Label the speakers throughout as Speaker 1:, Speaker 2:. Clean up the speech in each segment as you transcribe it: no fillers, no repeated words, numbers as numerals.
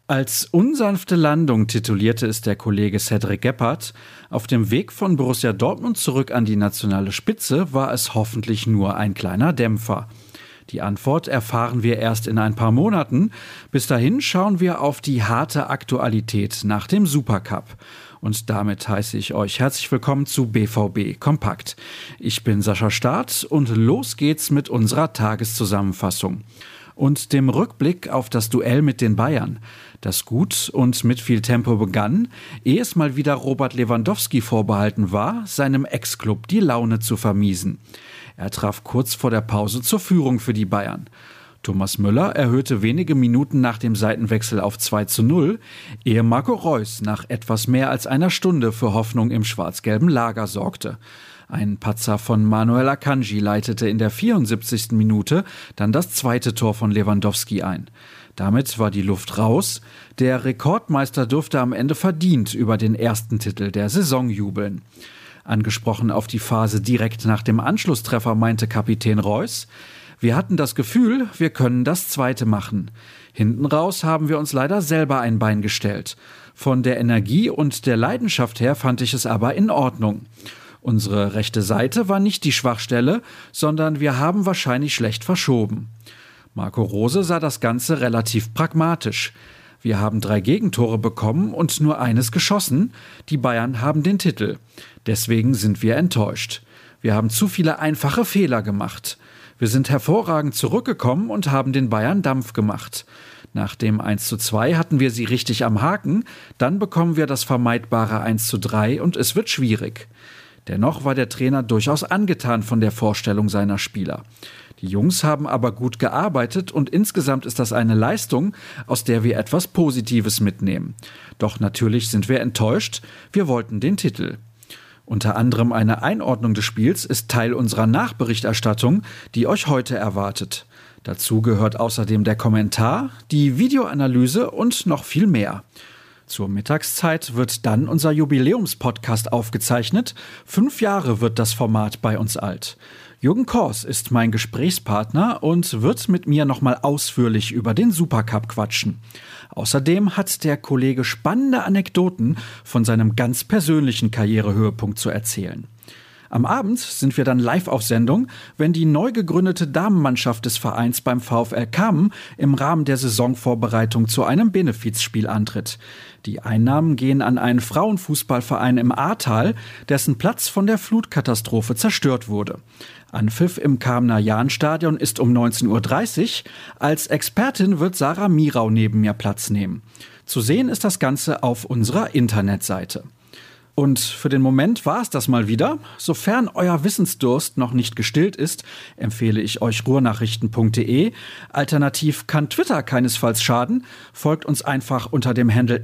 Speaker 1: Als unsanfte Landung titulierte es der Kollege Cedric Gebhardt. Auf dem Weg von Borussia Dortmund zurück an die nationale Spitze war es hoffentlich nur ein kleiner Dämpfer. Die Antwort erfahren wir erst in ein paar Monaten. Bis dahin schauen wir auf die harte Aktualität nach dem Supercup. Und damit heiße ich euch herzlich willkommen zu BVB Kompakt. Ich bin Sascha Staat und los geht's mit unserer Tageszusammenfassung und dem Rückblick auf das Duell mit den Bayern, das gut und mit viel Tempo begann, ehe es mal wieder Robert Lewandowski vorbehalten war, seinem Ex-Club die Laune zu vermiesen. Er traf kurz vor der Pause zur Führung für die Bayern. Thomas Müller erhöhte wenige Minuten nach dem Seitenwechsel auf 2:0, ehe Marco Reus nach etwas mehr als einer Stunde für Hoffnung im schwarz-gelben Lager sorgte. Ein Patzer von Manuel Akanji leitete in der 74. Minute dann das zweite Tor von Lewandowski ein. Damit war die Luft raus. Der Rekordmeister durfte am Ende verdient über den ersten Titel der Saison jubeln. Angesprochen auf die Phase direkt nach dem Anschlusstreffer meinte Kapitän Reus: Wir hatten das Gefühl, wir können das zweite machen. Hinten raus haben wir uns leider selber ein Bein gestellt. Von der Energie und der Leidenschaft her fand ich es aber in Ordnung. Unsere rechte Seite war nicht die Schwachstelle, sondern wir haben wahrscheinlich schlecht verschoben. Marco Rose sah das Ganze relativ pragmatisch. Wir haben 3 Gegentore bekommen und nur eines geschossen. Die Bayern haben den Titel. Deswegen sind wir enttäuscht. Wir haben zu viele einfache Fehler gemacht. Wir sind hervorragend zurückgekommen und haben den Bayern Dampf gemacht. Nach dem 1:2 hatten wir sie richtig am Haken. Dann bekommen wir das vermeidbare 1:3 und es wird schwierig. Dennoch war der Trainer durchaus angetan von der Vorstellung seiner Spieler. Die Jungs haben aber gut gearbeitet und insgesamt ist das eine Leistung, aus der wir etwas Positives mitnehmen. Doch natürlich sind wir enttäuscht, wir wollten den Titel. Unter anderem eine Einordnung des Spiels ist Teil unserer Nachberichterstattung, die euch heute erwartet. Dazu gehört außerdem der Kommentar, die Videoanalyse und noch viel mehr. Zur Mittagszeit wird dann unser Jubiläumspodcast aufgezeichnet. 5 Jahre wird das Format bei uns alt. Jürgen Kors ist mein Gesprächspartner und wird mit mir nochmal ausführlich über den Supercup quatschen. Außerdem hat der Kollege spannende Anekdoten von seinem ganz persönlichen Karrierehöhepunkt zu erzählen. Am Abend sind wir dann live auf Sendung, wenn die neu gegründete Damenmannschaft des Vereins beim VfL Kamen im Rahmen der Saisonvorbereitung zu einem Benefizspiel antritt. Die Einnahmen gehen an einen Frauenfußballverein im Ahrtal, dessen Platz von der Flutkatastrophe zerstört wurde. Anpfiff im Kamener Jahnstadion ist um 19:30 Uhr. Als Expertin wird Sarah Mirau neben mir Platz nehmen. Zu sehen ist das Ganze auf unserer Internetseite. Und für den Moment war es das mal wieder. Sofern euer Wissensdurst noch nicht gestillt ist, empfehle ich euch ruhrnachrichten.de. Alternativ kann Twitter keinesfalls schaden. Folgt uns einfach unter dem Handle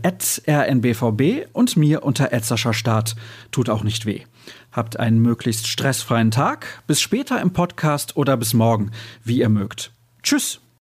Speaker 1: @rnbvb und mir unter @sascha-staat. Tut auch nicht weh. Habt einen möglichst stressfreien Tag. Bis später im Podcast oder bis morgen, wie ihr mögt. Tschüss!